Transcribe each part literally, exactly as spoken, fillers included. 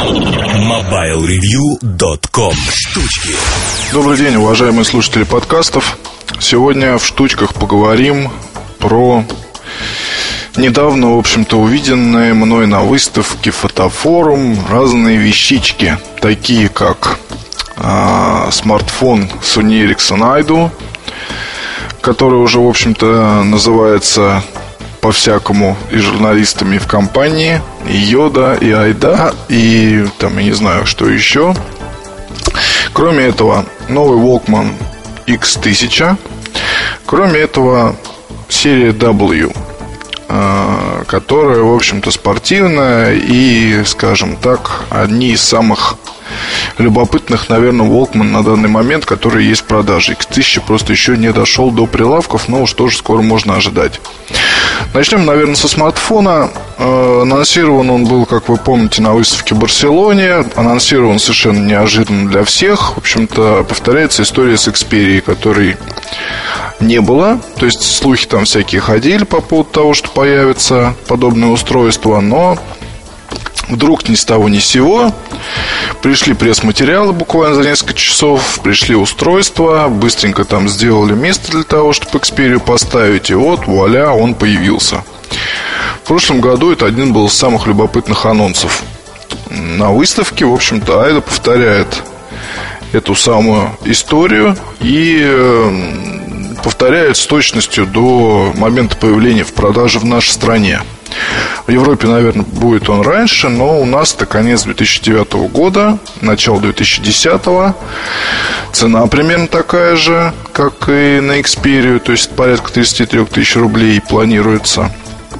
мобайл ревью точка ком. Штучки. Добрый день, уважаемые слушатели подкастов. Сегодня в штучках поговорим про недавно, в общем-то, увиденные мной на выставке Фотофорум разные вещички, такие как э, смартфон Sony Ericsson Aydo, который уже, в общем-то, называется по-всякому и журналистами в компании, и Йода, и Айда, и там, я не знаю, что еще. Кроме этого, новый Walkman икс тысяча. Кроме этого, серия W, которая, в общем-то, спортивная и, скажем так, одни из самых любопытных, наверное, Walkman на данный момент, которые есть в продаже. икс тысяча просто еще не дошел до прилавков, но уж тоже скоро можно ожидать. Начнем, наверное, со смартфона. э, Анонсирован он был, как вы помните, на выставке в Барселоне. Анонсирован совершенно неожиданно для всех. В общем-то, повторяется история с Xperia, которой не было. То есть слухи там всякие ходили по поводу того, что появится подобное устройство, но вдруг ни с того ни с сего пришли пресс-материалы буквально за несколько часов, пришли устройства, быстренько там сделали место для того, чтобы Xperia поставить, и вот, вуаля, он появился. В прошлом году это один был из самых любопытных анонсов на выставке. В общем-то, Aydo повторяет эту самую историю и э, повторяет с точностью до момента появления в продаже в нашей стране. В Европе, наверное, будет он раньше, но у нас это конец две тысячи девятого года, начало две тысячи десятого. Цена примерно такая же, как и на Xperia, то есть порядка тридцать три тысячи рублей планируется.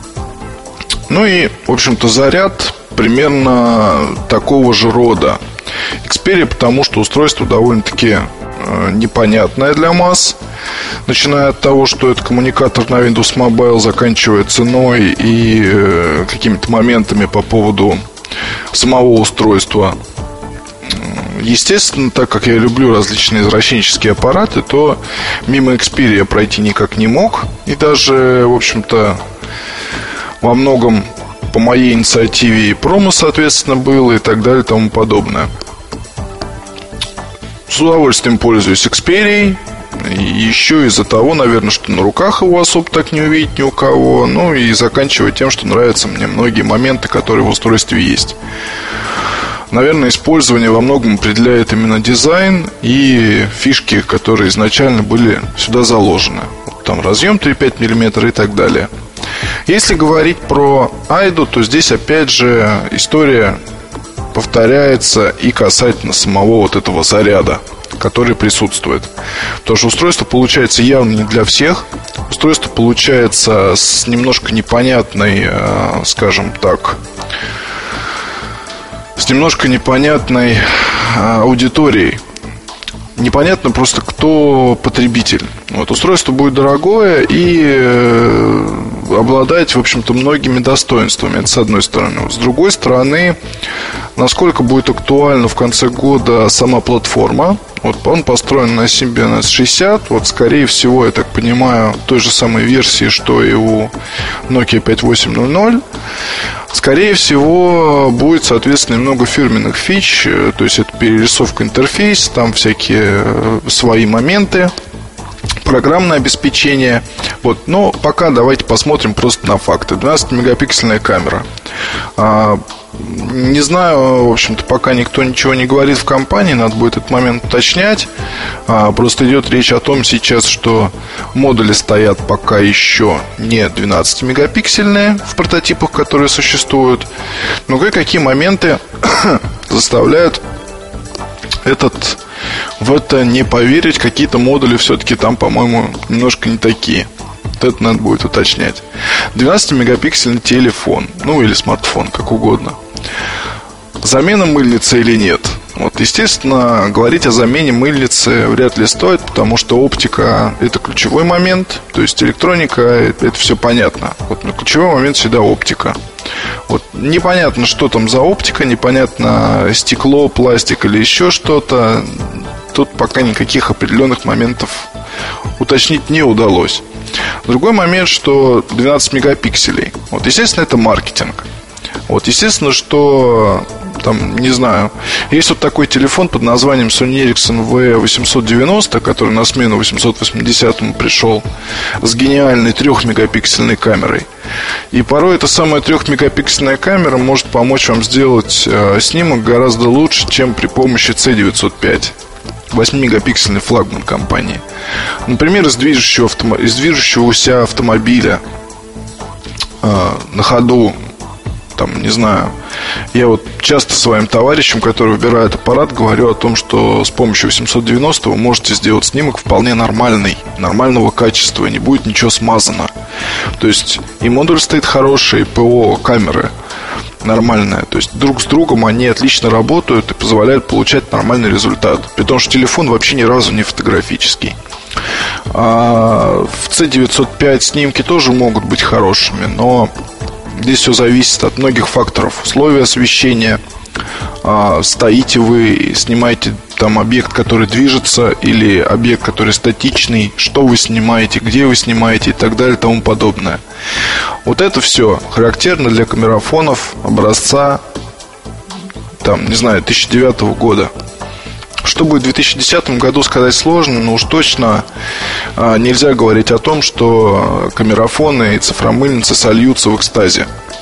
Ну и, в общем-то, заряд примерно такого же рода. Xperia, потому что устройство довольно-таки э, непонятное для масс, начиная от того, что это коммуникатор на Windows Mobile, заканчивая ценой и э, какими-то моментами по поводу самого устройства. Естественно, так как я люблю различные извращенческие аппараты, то мимо Xperia пройти никак не мог. И даже, в общем-то, во многом по моей инициативе и промо, соответственно, было и так далее и тому подобное. С удовольствием пользуюсь Xperia. Еще из-за того, наверное, что на руках его особо так не увидеть ни у кого. Ну и заканчивая тем, что нравятся мне многие моменты, которые в устройстве есть. Наверное, использование во многом определяет именно дизайн и фишки, которые изначально были сюда заложены. Вот там разъем три и пять миллиметров и так далее. Если говорить про Aydo, то здесь опять же история повторяется и касательно самого вот этого заряда, который присутствует. Потому что устройство получается явно не для всех. Устройство получается с немножко непонятной, скажем так, с немножко непонятной аудиторией. Непонятно просто, кто потребитель. Вот, устройство будет дорогое и э, обладать, в общем-то, многими достоинствами. Это с одной стороны. С другой стороны, насколько будет актуальна в конце года сама платформа. Вот он построен на Symbian эс шестьдесят. Вот, скорее всего, я так понимаю, той же самой версии, что и у Nokia пять восемь ноль ноль. Скорее всего, будет, соответственно, много фирменных фич. То есть это перерисовка интерфейса, там всякие свои моменты, программное обеспечение. Вот. Но пока давайте посмотрим просто на факты. двенадцатимегапиксельная камера. Не знаю, в общем-то, пока никто ничего не говорит в компании. Надо будет этот момент уточнять. Просто идет речь о том сейчас, что модули стоят пока еще не двенадцатимегапиксельные в прототипах, которые существуют. Но кое-какие моменты заставляют этот, в это не поверить. Какие-то модули все-таки там, по-моему, немножко не такие. Вот это надо будет уточнять. двенадцатимегапиксельный телефон, ну или смартфон, как угодно. Замена мыльницы или нет? Вот, естественно, говорить о замене мыльницы вряд ли стоит, потому что оптика – это ключевой момент. То есть электроника – это все понятно. Вот, но ключевой момент всегда оптика. Вот, непонятно, что там за оптика, непонятно, стекло, пластик или еще что-то. Тут пока никаких определенных моментов уточнить не удалось. Другой момент, что двенадцать мегапикселей. Вот, естественно, это маркетинг. Вот, естественно, что там, не знаю, есть вот такой телефон под названием Sony Ericsson ви восемьсот девяносто, который на смену восемьсот восьмидесятому пришел, с гениальной трехмегапиксельной камерой. И порой эта самая трехмегапиксельная камера может помочь вам сделать э, снимок гораздо лучше, чем при помощи си девятьсот пять, восьмимегапиксельный флагман компании. Например, из движущего автом... из движущегося автомобиля э, на ходу, там, не знаю, я вот часто своим товарищам, которые выбирают аппарат, говорю о том, что с помощью восемьсот девяносто вы можете сделать снимок вполне нормальный, нормального качества, и не будет ничего смазано. То есть и модуль стоит хороший, и ПО камеры нормальная. То есть друг с другом они отлично работают и позволяют получать нормальный результат. При том, что телефон вообще ни разу не фотографический. А в си девятьсот пять снимки тоже могут быть хорошими, но здесь все зависит от многих факторов. Условия освещения, а, стоите вы, снимаете там объект, который движется, или объект, который статичный, что вы снимаете, где вы снимаете и так далее и тому подобное. Вот это все характерно для камерафонов образца, там, не знаю, две тысячи девятого года. Что будет в две тысячи десятом году, сказать сложно, но уж точно а, нельзя говорить о том, что камерафоны и цифромыльницы сольются в экстазе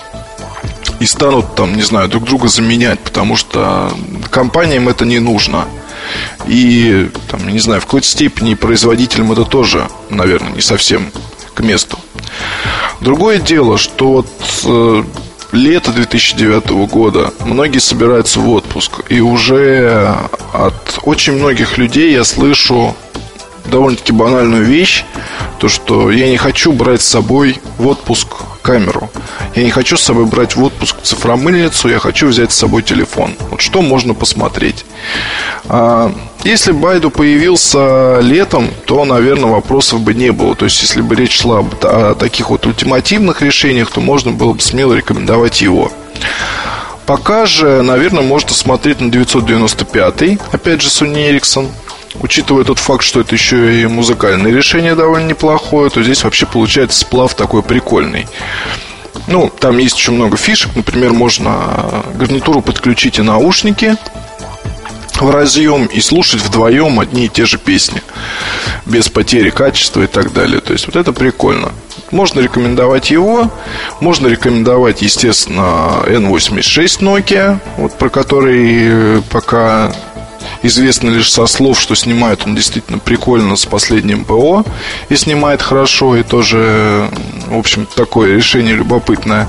и станут, там, не знаю, друг друга заменять, потому что компаниям это не нужно. И, там, не знаю, в какой-то степени производителям это тоже, наверное, не совсем к месту. Другое дело, что вот э, лето две тысячи девятого года, многие собираются в отпуск, и уже от очень многих людей я слышу довольно-таки банальную вещь, то, что я не хочу брать с собой в отпуск камеру, я не хочу с собой брать в отпуск цифромыльницу, я хочу взять с собой телефон. Вот что можно посмотреть. а, Если Байду появился летом, то, наверное, вопросов бы не было. То есть, если бы речь шла о таких вот ультимативных решениях, то можно было бы смело рекомендовать его. Пока же, наверное, можно смотреть на девятьсот девяносто пятый, опять же Sony Ericsson. Учитывая тот факт, что это еще и музыкальное решение довольно неплохое, то здесь вообще получается сплав такой прикольный. Ну, там есть еще много фишек. Например, можно гарнитуру подключить и наушники в разъем и слушать вдвоем одни и те же песни без потери качества и так далее. То есть вот это прикольно. Можно рекомендовать его. Можно рекомендовать, естественно, эн восемьдесят шесть Nokia, вот про который пока известно лишь со слов, что снимает он действительно прикольно с последним ПО, и снимает хорошо, и тоже, в общем, такое решение любопытное.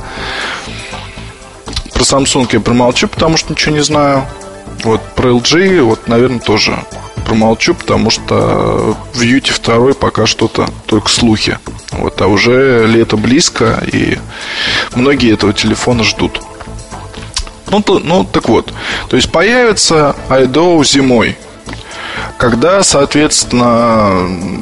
Про Samsung я промолчу, потому что ничего не знаю. Вот про эл джи, вот, наверное, тоже промолчу, потому что в Юте два пока что-то только слухи. Вот, а уже лето близко, и многие этого телефона ждут. Ну, то, ну, так вот. То есть появится iDo зимой, когда, соответственно,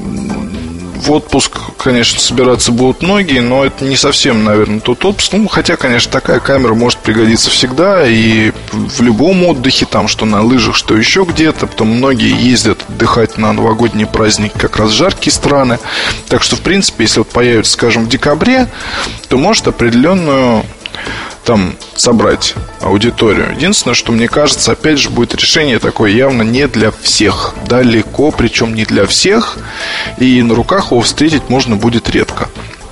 в отпуск, конечно, собираться будут многие, но это не совсем, наверное, тот отпуск. Ну, хотя, конечно, такая камера может пригодиться всегда и в любом отдыхе, там, что на лыжах, что еще где-то. Потом многие ездят отдыхать на новогодние праздники, как раз жаркие страны. Так что, в принципе, если вот появится, скажем, в декабре, то может определенную там собрать аудиторию. Единственное, что мне кажется, опять же, будет решение такое явно не для всех. Далеко, причем не для всех. И на руках его встретить можно будет редко.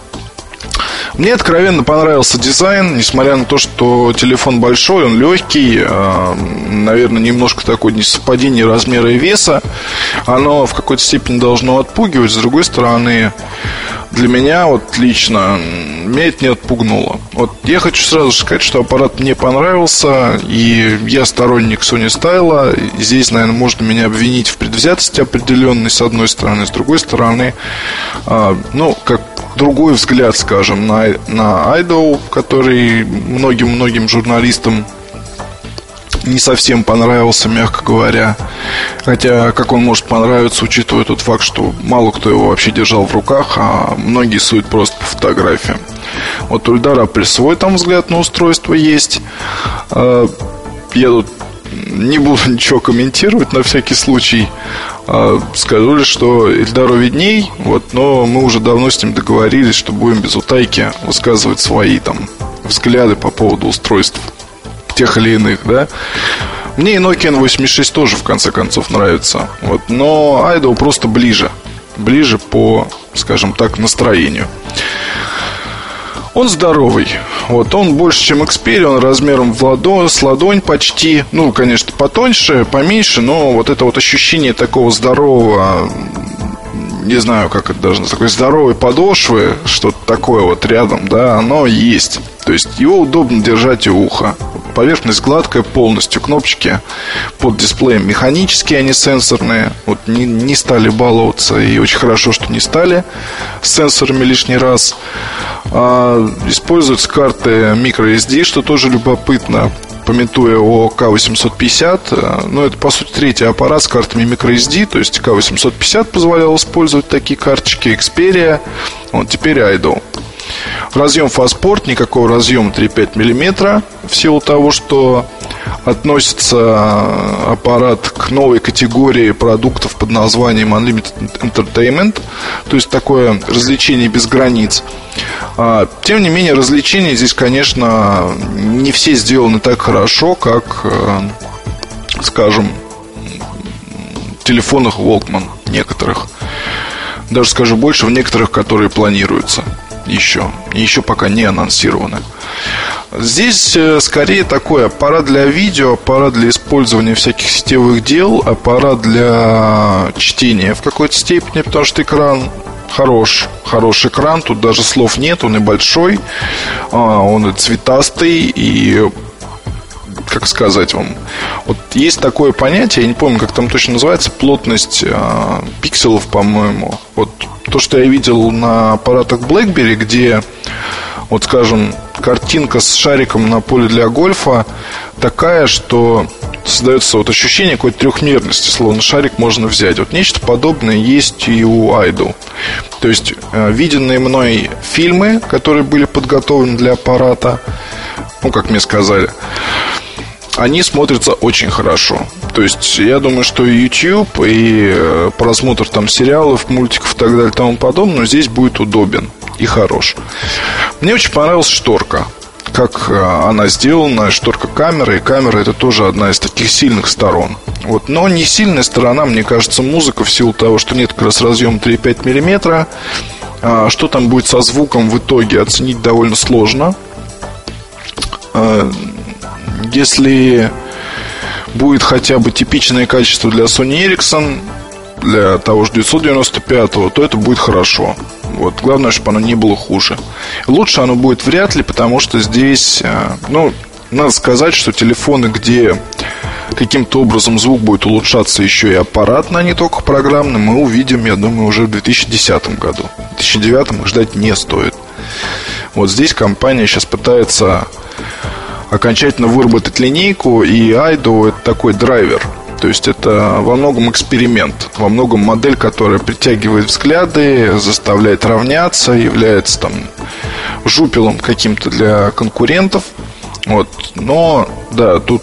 Мне откровенно понравился дизайн. Несмотря на то, что телефон большой, он легкий, наверное, немножко такое несовпадение размера и веса. Оно в какой-то степени должно отпугивать. С другой стороны, для меня вот лично меня это не отпугнуло. Вот я хочу сразу же сказать, что аппарат мне понравился, и я сторонник Sony Style. Здесь, наверное, можно меня обвинить в предвзятости определенной, с одной стороны. С другой стороны, ну, как другой взгляд, скажем, на, на iDo, который многим-многим журналистам не совсем понравился, мягко говоря. Хотя, как он может понравиться, учитывая тот факт, что мало кто его вообще держал в руках, а многие суют просто по фотографиям. Вот у Эльдара при свой там взгляд на устройство есть. Я тут не буду ничего комментировать на всякий случай. Скажу лишь, что Эльдару видней, вот, но мы уже давно с ним договорились, что будем без утайки высказывать свои там взгляды по поводу устройств тех или иных, да. Мне и Nokia эн восемьдесят шесть тоже, в конце концов, нравится. Вот. Но Айдо просто ближе. Ближе по, скажем так, настроению. Он здоровый. Вот, он больше, чем Xperia, он размером в ладонь, с ладонь почти. Ну, конечно, потоньше, поменьше, но вот это вот ощущение такого здорового, не знаю, как это даже, такой здоровой подошвы, что-то такое вот рядом, да, оно есть. То есть его удобно держать у уха. Поверхность гладкая полностью, кнопочки под дисплеем механические, они сенсорные. Вот не, не стали баловаться, и очень хорошо, что не стали с сенсорами лишний раз. а, Используются карты microSD, что тоже любопытно, памятуя о К восемьсот пятьдесят. Ну, это, по сути, третий аппарат с картами microSD. То есть К восемьсот пятьдесят позволял использовать такие карточки, Xperia, вот теперь Айдо. Разъем Fastport, никакого разъема три и пять миллиметра, в силу того, что относится аппарат к новой категории продуктов под названием Unlimited Entertainment, то есть такое развлечение без границ. Тем не менее, развлечения здесь, конечно, не все сделаны так хорошо, как, скажем, в телефонах Walkman некоторых. Даже скажу больше, в некоторых, которые планируются еще, еще пока не анонсированы. Здесь скорее такой аппарат для видео, аппарат для использования всяких сетевых дел, аппарат для чтения в какой-то степени, потому что экран хорош, хороший экран, тут даже слов нет, он и большой, он и цветастый, и, как сказать вам, вот есть такое понятие, я не помню, как там точно называется, плотность а, пикселов, по-моему. Вот то, что я видел на аппаратах BlackBerry, где, вот скажем, картинка с шариком на поле для гольфа такая, что создается вот ощущение какой-то трехмерности, словно шарик можно взять. Вот нечто подобное есть и у Айдо. То есть виденные мной фильмы, которые были подготовлены для аппарата, ну, как мне сказали, они смотрятся очень хорошо. То есть я думаю, что и YouTube, и просмотр там сериалов, мультиков и так далее и тому подобное здесь будет удобен и хорош. Мне очень понравилась шторка, как она сделана, шторка камеры. И камера — это тоже одна из таких сильных сторон. Вот. Но не сильная сторона, мне кажется, музыка, в силу того, что нет как раз разъема три и пять миллиметра. а, Что там будет со звуком в итоге, оценить довольно сложно. Если будет хотя бы типичное качество для Sony Ericsson, для того же девятьсот девяносто пятого, то это будет хорошо. Вот. Главное, чтобы оно не было хуже. Лучше оно будет вряд ли, потому что здесь, ну, надо сказать, что телефоны, где каким-то образом звук будет улучшаться еще и аппаратно, а не только программно, мы увидим, я думаю, уже в две тысячи десятом году. В две тысячи девятом их ждать не стоит. Вот здесь компания сейчас пытается окончательно выработать линейку, и Айдо — это такой драйвер. То есть это во многом эксперимент, во многом модель, которая притягивает взгляды, заставляет равняться, является там жупелом каким-то для конкурентов. Вот. Но, да, тут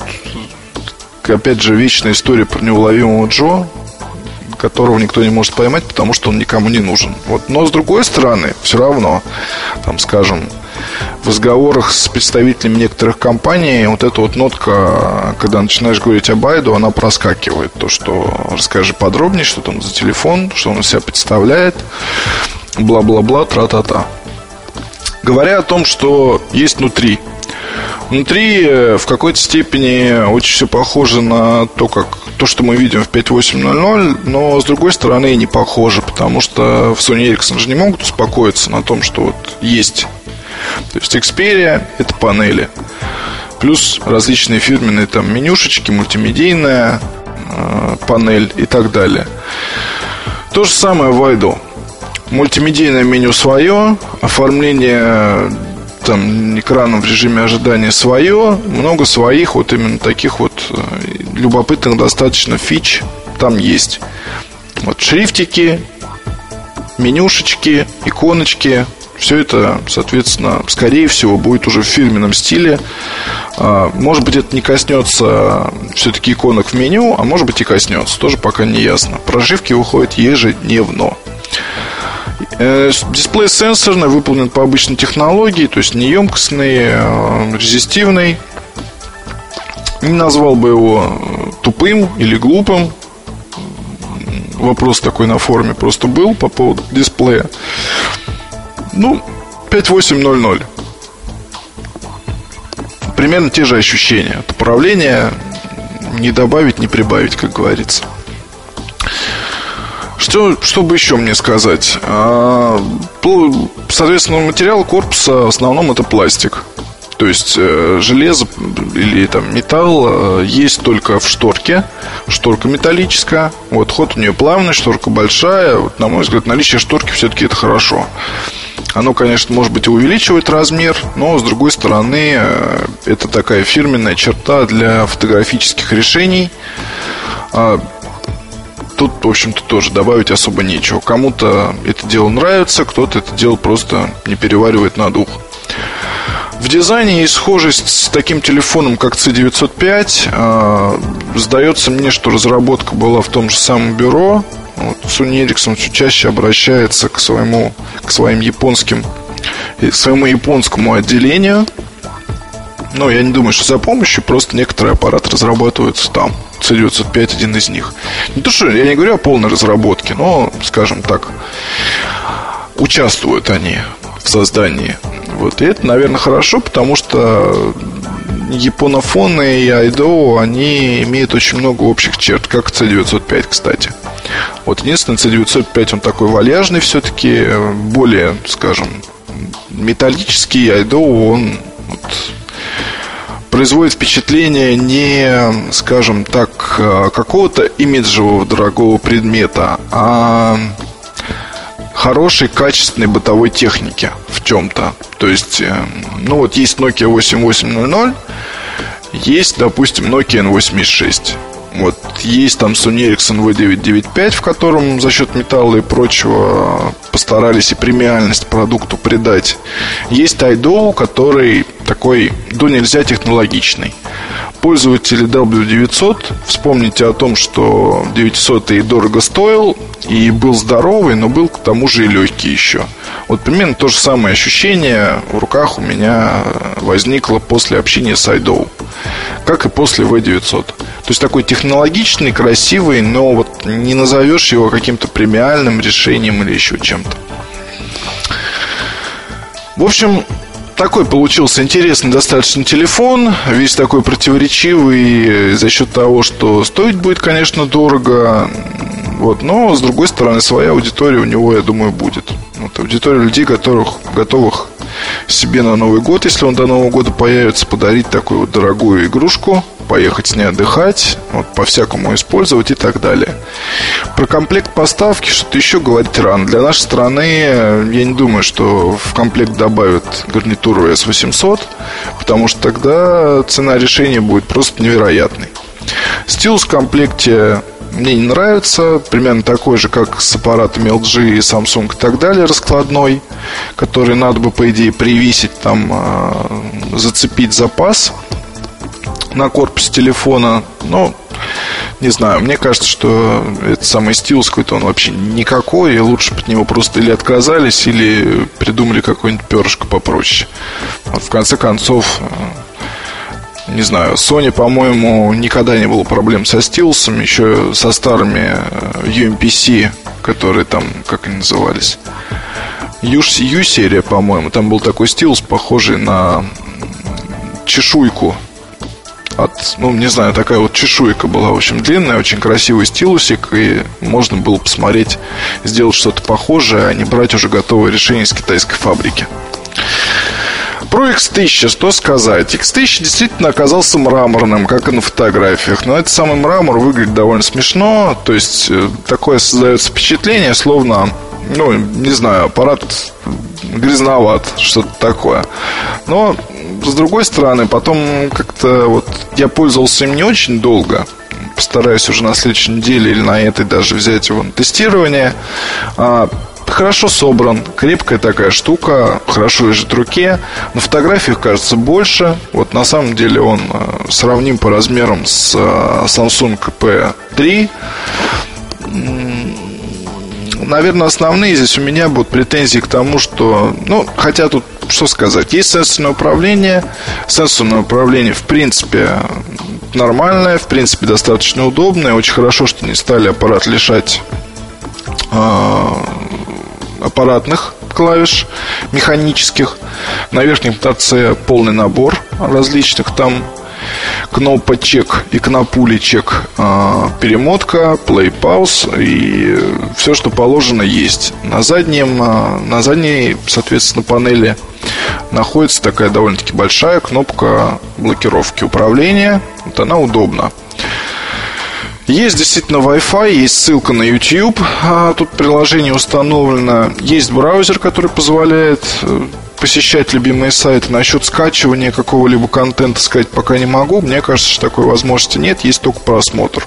опять же вечная история про неуловимого Джо, которого никто не может поймать, потому что он никому не нужен. Вот. Но с другой стороны, все равно, там, скажем, в разговорах с представителями некоторых компаний вот эта вот нотка, когда начинаешь говорить об Айдо, она проскакивает. То, что расскажи подробнее, что там за телефон, что он из себя представляет, бла-бла-бла, тра-та-та. Говоря о том, что есть внутри. Внутри в какой-то степени очень все похоже на то, как то, что мы видим в пять тысяч восемьсот, но с другой стороны и не похоже, потому что в Sony Ericsson же не могут успокоиться на том, что вот есть. То есть Xperia — это панели, плюс различные фирменные там менюшечки, мультимедийная э, панель и так далее. То же самое в Айдо. Мультимедийное меню свое, оформление там экраном в режиме ожидания свое, много своих вот именно таких вот любопытных достаточно фич там есть. Вот шрифтики, менюшечки, иконочки. Все это, соответственно, скорее всего, будет уже в фирменном стиле. Может быть, это не коснется все-таки иконок в меню, а может быть и коснется. Тоже пока не ясно. Прошивки выходят ежедневно. Дисплей сенсорный, выполнен по обычной технологии, то есть неемкостный, резистивный. Не назвал бы его тупым или глупым. Вопрос такой на форуме просто был по поводу дисплея. Ну, пять тысяч восемьсот. Примерно те же ощущения. От управления не добавить, не прибавить, как говорится. Что, что бы еще мне сказать? Соответственно, материал корпуса в основном это пластик. То есть железо или там металл есть только в шторке. Шторка металлическая. Вот, ход у нее плавный, шторка большая. Вот, на мой взгляд, наличие шторки все-таки это хорошо. Оно, конечно, может быть и увеличивает размер, но, с другой стороны, это такая фирменная черта для фотографических решений. Тут, в общем-то, тоже добавить особо нечего. Кому-то это дело нравится, кто-то это дело просто не переваривает на дух. В дизайне есть схожесть с таким телефоном, как си девятьсот пять. Сдается мне, что разработка была в том же самом бюро. Вот, Sony Ericsson все чаще обращается к своему, к своим японским, к своему японскому отделению. Но я не думаю, что за помощью. Просто некоторые аппараты разрабатываются там. си девятьсот пять один из них. Не то, что я не говорю о полной разработке, но, скажем так, участвуют они в создании. Вот. И это, наверное, хорошо, потому что японофоны и айдо, они имеют очень много общих черт, как си девятьсот пять, кстати. Вот единственное, си девятьсот пять, он такой вальяжный все-таки, более, скажем, металлический. Айдо, он вот производит впечатление не, скажем так, какого-то имиджевого дорогого предмета, а хорошей, качественной бытовой техники в чем-то. То есть, ну вот есть Nokia восемь восемь сто, есть, допустим, Nokia эн восемьдесят шесть. Вот есть там Sony Ericsson ви девятьсот девяносто пять, в котором за счет металла и прочего постарались и премиальность продукту придать. Есть айдо, который такой до нельзя технологичный. Пользователи дабл ю девятьсот, вспомните о том, что девятьсот и дорого стоил, и был здоровый, но был к тому же и легкий еще. Вот примерно то же самое ощущение в руках у меня возникло после общения с айдо, как и после ви девятьсот. То есть такой технологичный, красивый, но вот не назовешь его каким-то премиальным решением или еще чем-то. В общем, такой получился интересный достаточно телефон. Весь такой противоречивый за счет того, что стоить будет, конечно, дорого. Вот, но, с другой стороны, своя аудитория у него, я думаю, будет. Вот, аудитория людей, которых, готовых себе на Новый год, если он до Нового года появится, подарить такую вот дорогую игрушку, поехать с ней отдыхать, вот, по-всякому использовать и так далее. Про комплект поставки что-то еще говорить рано. Для нашей страны я не думаю, что в комплект добавят гарнитуру эс восемьсот, потому что тогда цена решения будет просто невероятной. Стилус в комплекте мне не нравится. Примерно такой же, как с аппаратами эл джи и Samsung и так далее, раскладной, который надо бы, по идее, привесить, там, э, зацепить запас на корпус телефона. Но, не знаю, мне кажется, что этот самый стилус какой-то, он вообще никакой, и лучше бы от него просто или отказались, или придумали какое-нибудь перышко попроще. Вот, в конце концов, не знаю, Sony, по-моему, никогда не было проблем со стилусом. Еще со старыми ю эм пи си, которые там, как они назывались, U-серия, по-моему. Там был такой стилус, похожий на чешуйку от, ну, не знаю, такая вот чешуйка была, в общем, длинная, очень красивый стилусик. И можно было посмотреть, сделать что-то похожее, а не брать уже готовое решение из китайской фабрики. Про икс тысяча что сказать? икс тысяча действительно оказался мраморным, как и на фотографиях. Но этот самый мрамор выглядит довольно смешно. То есть такое создается впечатление, словно, ну, не знаю, аппарат грязноват, что-то такое. Но, с другой стороны, потом как-то вот я пользовался им не очень долго. Постараюсь уже на следующей неделе или на этой даже взять его на тестирование. Хорошо собран, крепкая такая штука, хорошо лежит в руке. На фотографиях кажется больше. Вот на самом деле он сравним по размерам с Samsung пи три. наверное, основные здесь у меня будут претензии к тому, что, ну, хотя тут, что сказать, есть сенсорное управление. Сенсорное управление, в принципе, нормальное, в принципе, достаточно удобное. Очень хорошо, что не стали аппарат лишать э, аппаратных клавиш механических. На верхнем торце полный набор различных там кнопочек и кнопулечек, э, перемотка, play, pause и все, что положено, есть. На заднем, э, на задней, соответственно, панели находится такая довольно-таки большая кнопка блокировки управления. Вот она удобна. Есть действительно Wi-Fi, есть ссылка на YouTube. А тут приложение установлено. Есть браузер, который позволяет посещать любимые сайты. Насчет скачивания какого-либо контента сказать пока не могу. Мне кажется, что такой возможности нет. Есть только просмотр.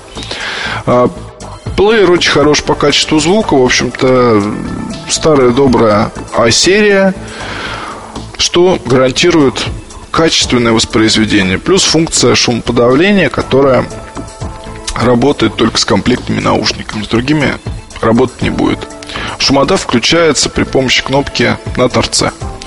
Плеер очень хорош по качеству звука. В общем-то, старая добрая А-серия, что гарантирует качественное воспроизведение. Плюс функция шумоподавления, которая работает только с комплектными наушниками. С другими работать не будет. Шумодав включается при помощи кнопки на торце.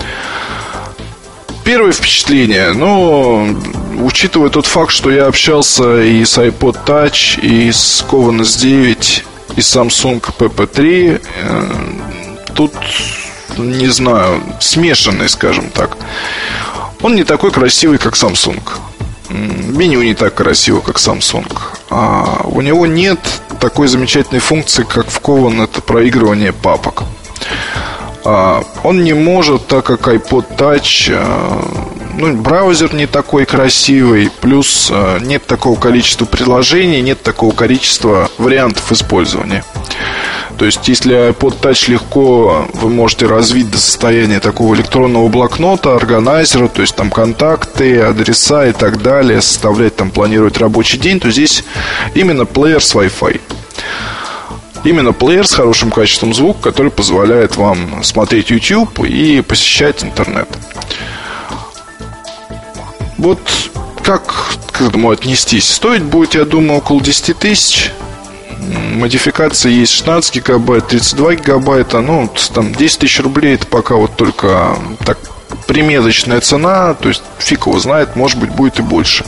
Первое впечатление, ну, учитывая тот факт, что я общался и с iPod Touch, и с Covan эс девять, и с Samsung пи пи три, э, тут, не знаю, смешанный, скажем так. Он не такой красивый, как Samsung. Меню не так красиво, как Samsung. А у него нет такой замечательной функции, как в Covan, это проигрывание папок. а, Он не может, так как iPod Touch, а, ну, браузер не такой красивый. Плюс а, нет такого количества приложений, нет такого количества вариантов использования. То есть, если iPod Touch легко вы можете развить до состояния такого электронного блокнота, органайзера, то есть там контакты, адреса и так далее, составлять там, планировать рабочий день, то здесь именно плеер с Wi-Fi. Именно плеер с хорошим качеством звука, который позволяет вам смотреть YouTube и посещать интернет. Вот как к этому отнестись? Стоить будет, я думаю, около десять тысяч. Модификации есть шестнадцать гигабайт, тридцать два гигабайта. Ну, там десять тысяч рублей. Это пока вот только так примерочная цена. То есть фиг его знает, может быть, будет и больше.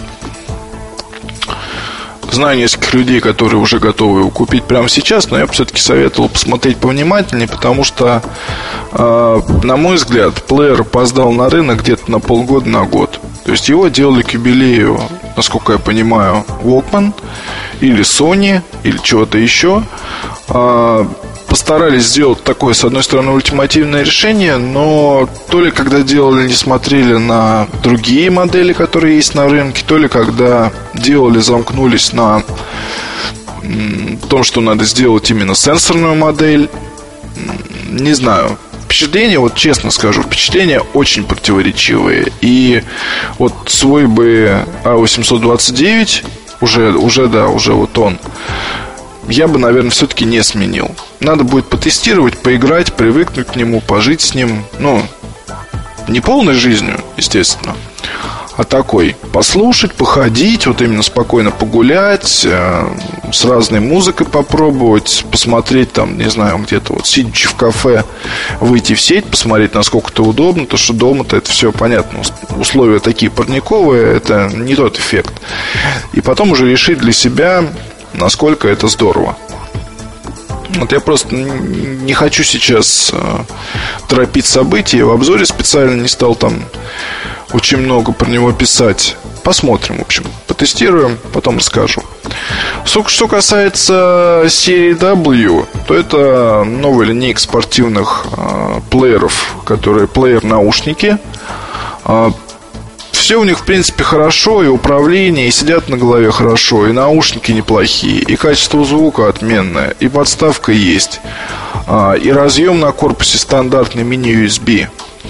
Знаю нескольких людей, которые уже готовы его купить прямо сейчас. Но я бы все-таки советовал посмотреть повнимательнее, потому что, э, на мой взгляд, плеер опоздал на рынок где-то на полгода, на год. То есть его делали к юбилею, насколько я понимаю, Walkman или Sony, или чего-то еще. Постарались сделать такое, с одной стороны, ультимативное решение, но то ли когда делали, не смотрели на другие модели, которые есть на рынке, то ли когда делали, замкнулись на том, что надо сделать именно сенсорную модель. Не знаю. Впечатления, вот честно скажу, впечатления очень противоречивые. И вот свой бы а восемьсот двадцать девять, уже, уже, да, уже вот он, я бы, наверное, все-таки не сменил. Надо будет потестировать, поиграть, привыкнуть к нему, пожить с ним. Ну, не полной жизнью, естественно, а такой, послушать, походить, вот именно спокойно погулять, э, с разной музыкой попробовать, посмотреть там, не знаю, где-то вот сидячи в кафе, выйти в сеть, посмотреть, насколько это удобно. То, что дома-то это все понятно, условия такие парниковые, это не тот эффект. И потом уже решить для себя, насколько это здорово. Вот я просто не хочу сейчас э, торопить события. В обзоре специально не стал там очень много про него писать. Посмотрим, в общем, потестируем, потом расскажу. Что касается серии W, то это новая линейка спортивных э, плееров, которые плеер-наушники. э, Все у них, в принципе, хорошо, и управление, и сидят на голове хорошо, и наушники неплохие, и качество звука отменное, и подставка есть, и разъем на корпусе стандартный мини-ю эс би.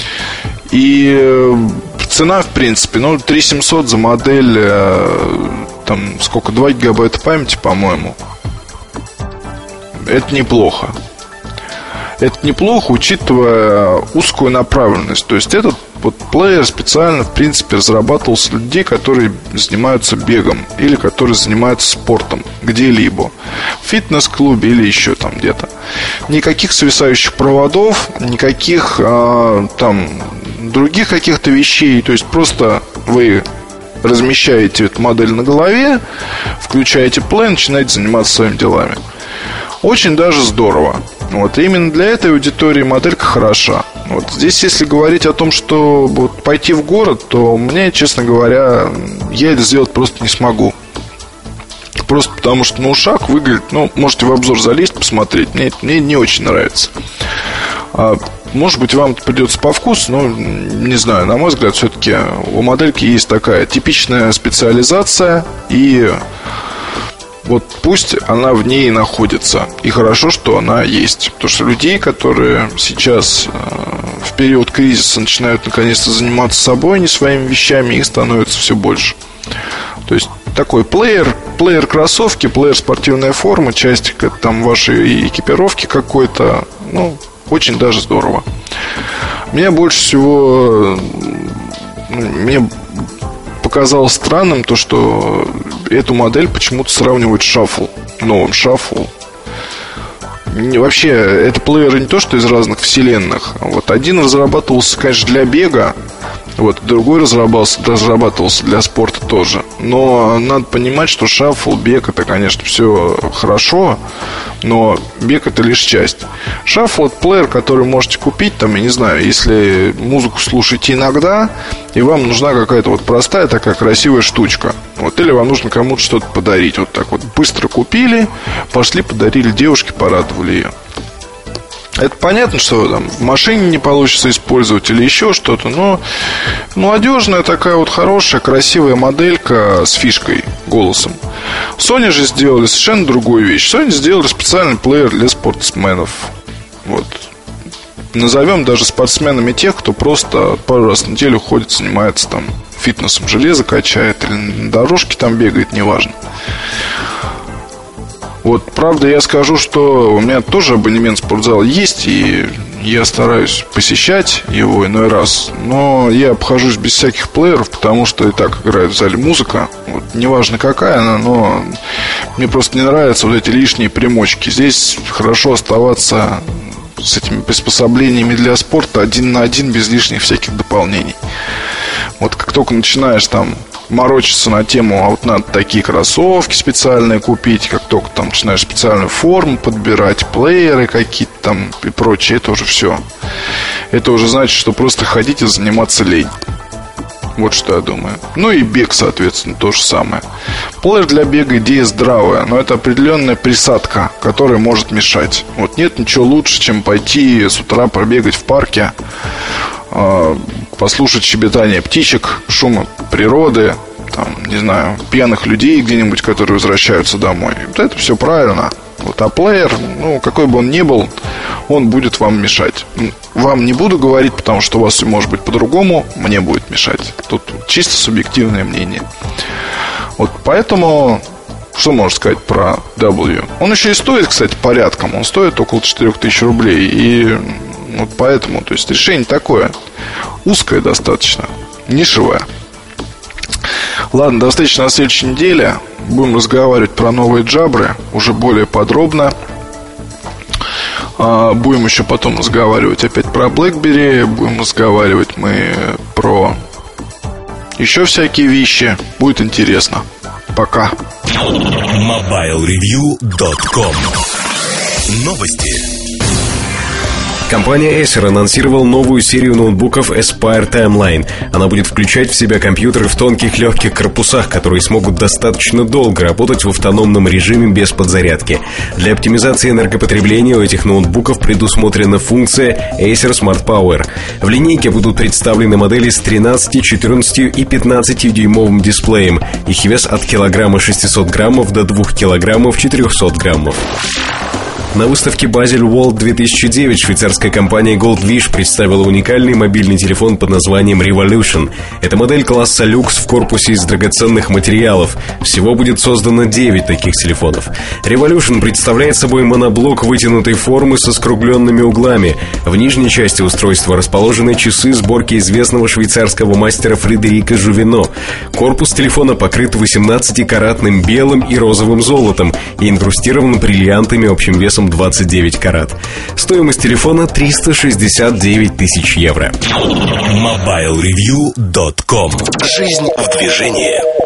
И цена, в принципе, ну, три тысячи семьсот за модель, там, сколько, два гигабайта памяти, по-моему. Это неплохо. Это неплохо, учитывая узкую направленность. То есть этот вот плеер специально, в принципе, разрабатывался для людей, которые занимаются бегом или которые занимаются спортом где-либо, в фитнес-клубе или еще там где-то. Никаких свисающих проводов, никаких а, там других каких-то вещей. То есть просто вы размещаете эту модель на голове, включаете плей, начинаете заниматься своими делами. Очень даже здорово. Вот, именно для этой аудитории моделька хороша. Вот здесь, если говорить о том, что вот, пойти в город, то мне, честно говоря, я это сделать просто не смогу. Просто потому что на ушах выглядит, ну, можете в обзор залезть, посмотреть. Мне, мне не очень нравится. а, Может быть, вам придется по вкусу, но не знаю, на мой взгляд, все-таки у модельки есть такая типичная специализация. И вот пусть она в ней находится. И хорошо, что она есть. Потому что людей, которые сейчас э, в период кризиса начинают наконец-то заниматься собой, не своими вещами, их становится все больше. То есть такой плеер, плеер кроссовки, плеер спортивная форма, часть там вашей экипировки какой-то. Ну, очень даже здорово. Меня больше всего Мне показалось странным то, что эту модель почему-то сравнивают с Shuffle, новым Shuffle. Вообще, это плееры не то, что из разных вселенных. Вот один разрабатывался, конечно, для бега, вот, другой разрабатывался, разрабатывался для спорта тоже. Но надо понимать, что шаффл, бег — это, конечно, все хорошо, но бег — это лишь часть. Шаффл — это плеер, который можете купить, там, я не знаю, если музыку слушаете иногда, и вам нужна какая-то вот простая такая красивая штучка. Вот, или вам нужно кому-то что-то подарить. Вот так вот быстро купили, пошли, подарили девушке, порадовали ее. Это понятно, что там в машине не получится использовать или еще что-то, но молодежная такая вот хорошая, красивая моделька с фишкой, голосом. Sony же сделали совершенно другую вещь. Sony сделали специальный плеер для спортсменов. Вот. Назовем даже спортсменами тех, кто просто пару раз в неделю ходит, занимается там фитнесом, железо качает или на дорожке там бегает, неважно. Вот, правда, я скажу, что у меня тоже абонемент в спортзал есть, и я стараюсь посещать его иной раз. Но я обхожусь без всяких плееров, потому что и так играет в зале музыка. Вот, неважно какая она, но мне просто не нравятся вот эти лишние примочки. Здесь хорошо оставаться с этими приспособлениями для спорта один на один, без лишних всяких дополнений. Вот как только начинаешь там морочиться на тему, а вот надо такие кроссовки специальные купить, как только там начинаешь специальную форму подбирать, плееры какие-то там и прочее, это уже все. Это уже значит, что просто ходить и заниматься лень. Вот что я думаю. Ну и бег, соответственно, то же самое. Плеер для бега идея здравая, но это определенная присадка, которая может мешать. Вот нет ничего лучше, чем пойти с утра пробегать в парке, послушать щебетание птичек, шума природы, там, не знаю, пьяных людей где-нибудь, которые возвращаются домой. Вот это все правильно. Вот, а плеер, ну, какой бы он ни был, он будет вам мешать. Вам не буду говорить, потому что у вас может быть по-другому, мне будет мешать. Тут чисто субъективное мнение. Вот поэтому, что можно сказать про W? Он еще и стоит, кстати, порядком. Он стоит около четыре тысячи рублей. И вот поэтому, то есть решение такое, узкое достаточно, нишевое. Ладно, до встречи на следующей неделе. Будем разговаривать про новые джабры уже более подробно. Будем еще потом разговаривать опять про BlackBerry. Будем разговаривать мы про еще всякие вещи. Будет интересно. Пока. мобайл ревью точка ком. Новости. Компания Acer анонсировала новую серию ноутбуков Aspire Timeline. Она будет включать в себя компьютеры в тонких легких корпусах, которые смогут достаточно долго работать в автономном режиме без подзарядки. Для оптимизации энергопотребления у этих ноутбуков предусмотрена функция Acer Smart Power. В линейке будут представлены модели с тринадцатью, четырнадцатью и пятнадцатидюймовым дисплеем. Их вес от килограмма шестисот граммов до двух килограммов четырехсот граммов. На выставке Basel World две тысячи девять швейцарская компания Goldwish представила уникальный мобильный телефон под названием Revolution. Это модель класса люкс в корпусе из драгоценных материалов. Всего будет создано девять таких телефонов. Revolution представляет собой моноблок вытянутой формы со скругленными углами. В нижней части устройства расположены часы сборки известного швейцарского мастера Фредерика Жувено. Корпус телефона покрыт восемнадцатикаратным белым и розовым золотом и инкрустирован бриллиантами общим весом двадцать девять карат. Стоимость телефона триста шестьдесят девять тысяч евро. мобайл ревью точка ком. Жизнь в движении.